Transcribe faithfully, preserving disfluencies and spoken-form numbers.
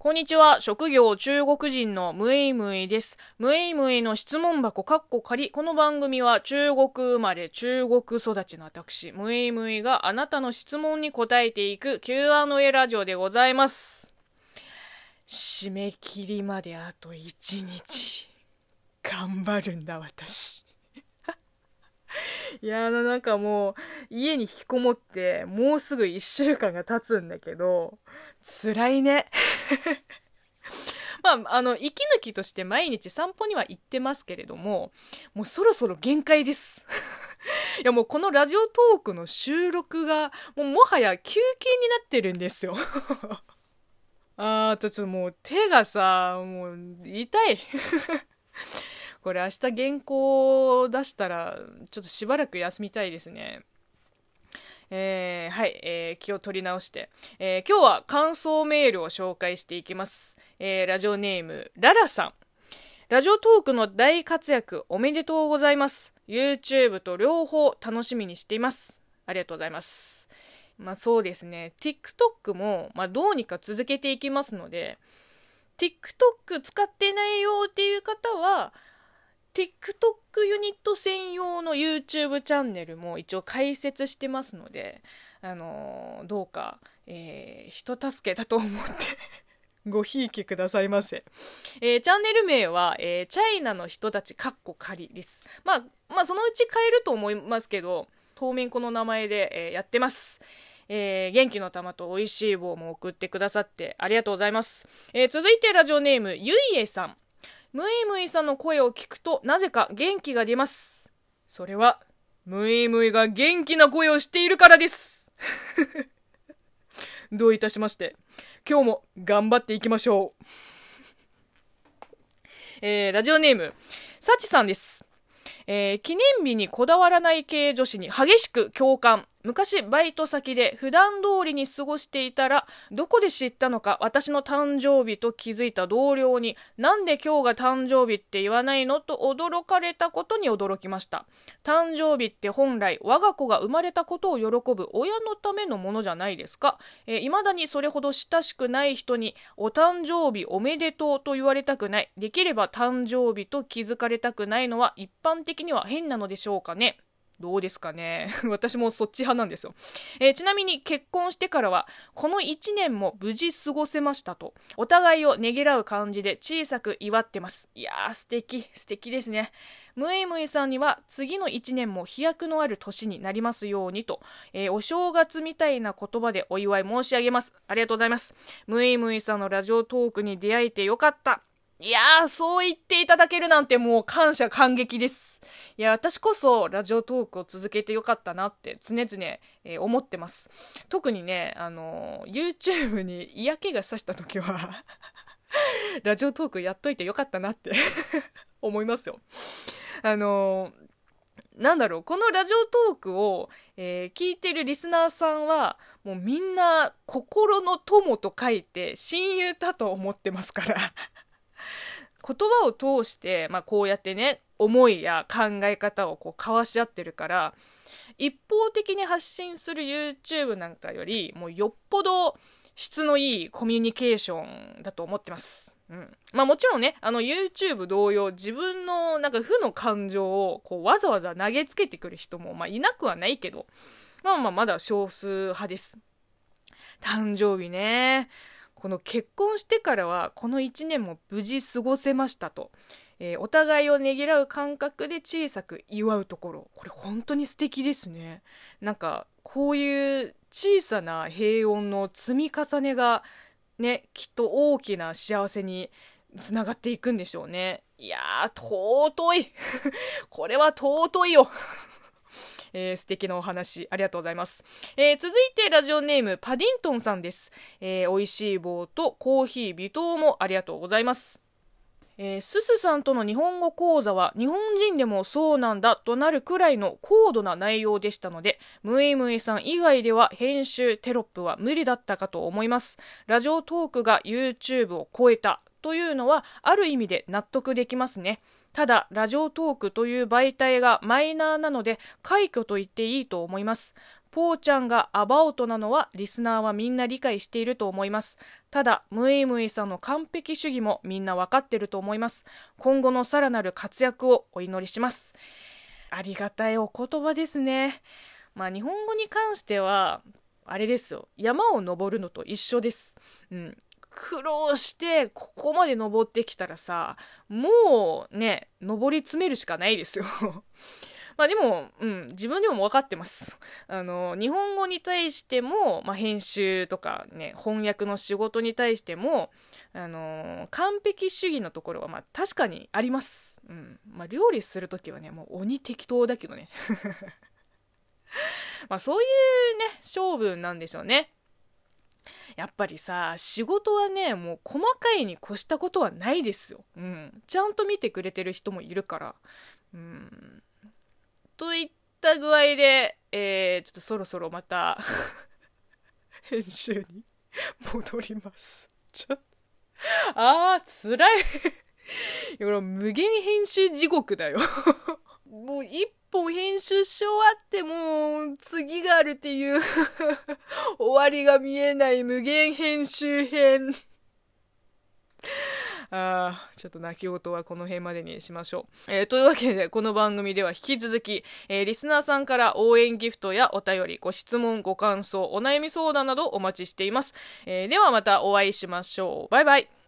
こんにちは。職業中国人のムエイムエイです。ムエイムエイの質問箱かっこ仮。この番組は中国生まれ中国育ちの私、ムエイムエイがあなたの質問に答えていく キューアンドエー ラジオでございます。締め切りまであといちにち。頑張るんだ私。いやーなんかもう家に引きこもってもうすぐいっしゅうかんが経つんだけど、辛いね。まあ、あの、息抜きとして毎日散歩には行ってますけれども、もうそろそろ限界です。いやもうこのラジオトークの収録が、もうもはや休憩になってるんですよ。あー、あとちょっともう手がさ、もう痛い。これ明日原稿を出したら、ちょっとしばらく休みたいですね。えー、はい、えー、気を取り直して、えー、今日は感想メールを紹介していきます。えー、ラジオネームララさん。ラジオトークの大活躍おめでとうございます。 YouTube と両方楽しみにしています。ありがとうございます。まあそうですね、 TikTok も、まあ、どうにか続けていきますので、 TikTok 使ってないよっていう方はTikTok ユニット専用の YouTube チャンネルも一応開設してますので、あのー、どうか、えー、人助けだと思ってごひいきくださいませ。えー、チャンネル名は、えー、チャイナの人たちかっこ仮です。まあ、まあ、そのうち変えると思いますけど、当面この名前で、えー、やってます。えー、元気の玉と美味しい棒も送ってくださってありがとうございます。えー、続いてラジオネームゆいえさん。ムイムイさんの声を聞くとなぜか元気が出ます。それはムイムイが元気な声をしているからです。どういたしまして。今日も頑張っていきましょう。えー、ラジオネームサチさんです。えー、記念日にこだわらない系女子に激しく共感。昔バイト先で普段通りに過ごしていたら、どこで知ったのか私の誕生日と気づいた同僚に、なんで今日が誕生日って言わないのと驚かれたことに驚きました。誕生日って本来我が子が生まれたことを喜ぶ親のためのものじゃないですか。えー、未だにそれほど親しくない人にお誕生日おめでとうと言われたくない。できれば誕生日と気づかれたくないのは一般的には変なのでしょうかね。どうですかね。私もそっち派なんですよ。えー、ちなみに結婚してからはこのいちねんも無事過ごせましたとお互いをねぎらう感じで小さく祝ってます。いやー素敵素敵ですね。ムエムエさんには次のいちねんも飛躍のある年になりますようにと、えー、お正月みたいな言葉でお祝い申し上げます。ありがとうございます。ムエムエさんのラジオトークに出会えてよかった。いやーそう言っていただけるなんてもう感謝感激です。いや私こそラジオトークを続けてよかったなって常々、えー、思ってます。特にね、あのー、YouTube に嫌気がさした時はラジオトークやっといてよかったなって思いますよ。あのーなんだろう、このラジオトークを、えー、聞いてるリスナーさんはもうみんな心の友と書いて親友だと思ってますから言葉を通して、まあ、こうやってね思いや考え方をこう交わし合ってるから、一方的に発信する YouTube なんかよりもうよっぽど質のいいコミュニケーションだと思ってます。うん、まあもちろんね、あの YouTube 同様自分のなんか負の感情をこうわざわざ投げつけてくる人もまあいなくはないけど、まあまあまだ少数派です。誕生日ね、この結婚してからはこのいちねんも無事過ごせましたと、えー、お互いをねぎらう感覚で小さく祝うところ、これ本当に素敵ですね。なんかこういう小さな平穏の積み重ねがね、きっと大きな幸せにつながっていくんでしょうね。いやー尊いこれは尊いよえー、素敵なお話ありがとうございます。えー、続いてラジオネームパディントンさんです。えー、美味しい棒とコーヒー微糖もありがとうございます。えー、ススさんとの日本語講座は日本人でもそうなんだとなるくらいの高度な内容でしたので、ムエムエさん以外では編集テロップは無理だったかと思います。ラジオトークが YouTube を超えたというのはある意味で納得できますね。ただラジオトークという媒体がマイナーなので快挙と言っていいと思います。ポーちゃんがアバウトなのはリスナーはみんな理解していると思います。 ただムイムイさんの完璧主義もみんなわかってると思います。今後のさらなる活躍をお祈りします。ありがたいお言葉ですね。まあ日本語に関してはあれですよ、山を登るのと一緒です。うん、苦労してここまで登ってきたらさ、もうね、登り詰めるしかないですよ。まあでも、うん、自分でも分かってます。あの、日本語に対しても、まあ編集とかね、翻訳の仕事に対しても、あの、完璧主義のところは、まあ確かにあります。うん。まあ料理するときはね、もう鬼適当だけどね。まあそういうね、性分なんでしょうね。やっぱりさ、仕事はね、もう細かいに越したことはないですよ。うん。ちゃんと見てくれてる人もいるから。うん。といった具合で、えー、ちょっとそろそろまた編集に戻ります。ちょっと、あー、つらい。いや、無限編集地獄だよ。もう一本編集し終わっても次があるっていう終わりが見えない無限編集編。あー、ちょっと泣き言はこの辺までにしましょう。えー、というわけでこの番組では引き続き、えー、リスナーさんから応援ギフトやお便り、ご質問、ご感想、お悩み相談などお待ちしています。えー、ではまたお会いしましょう。バイバイ。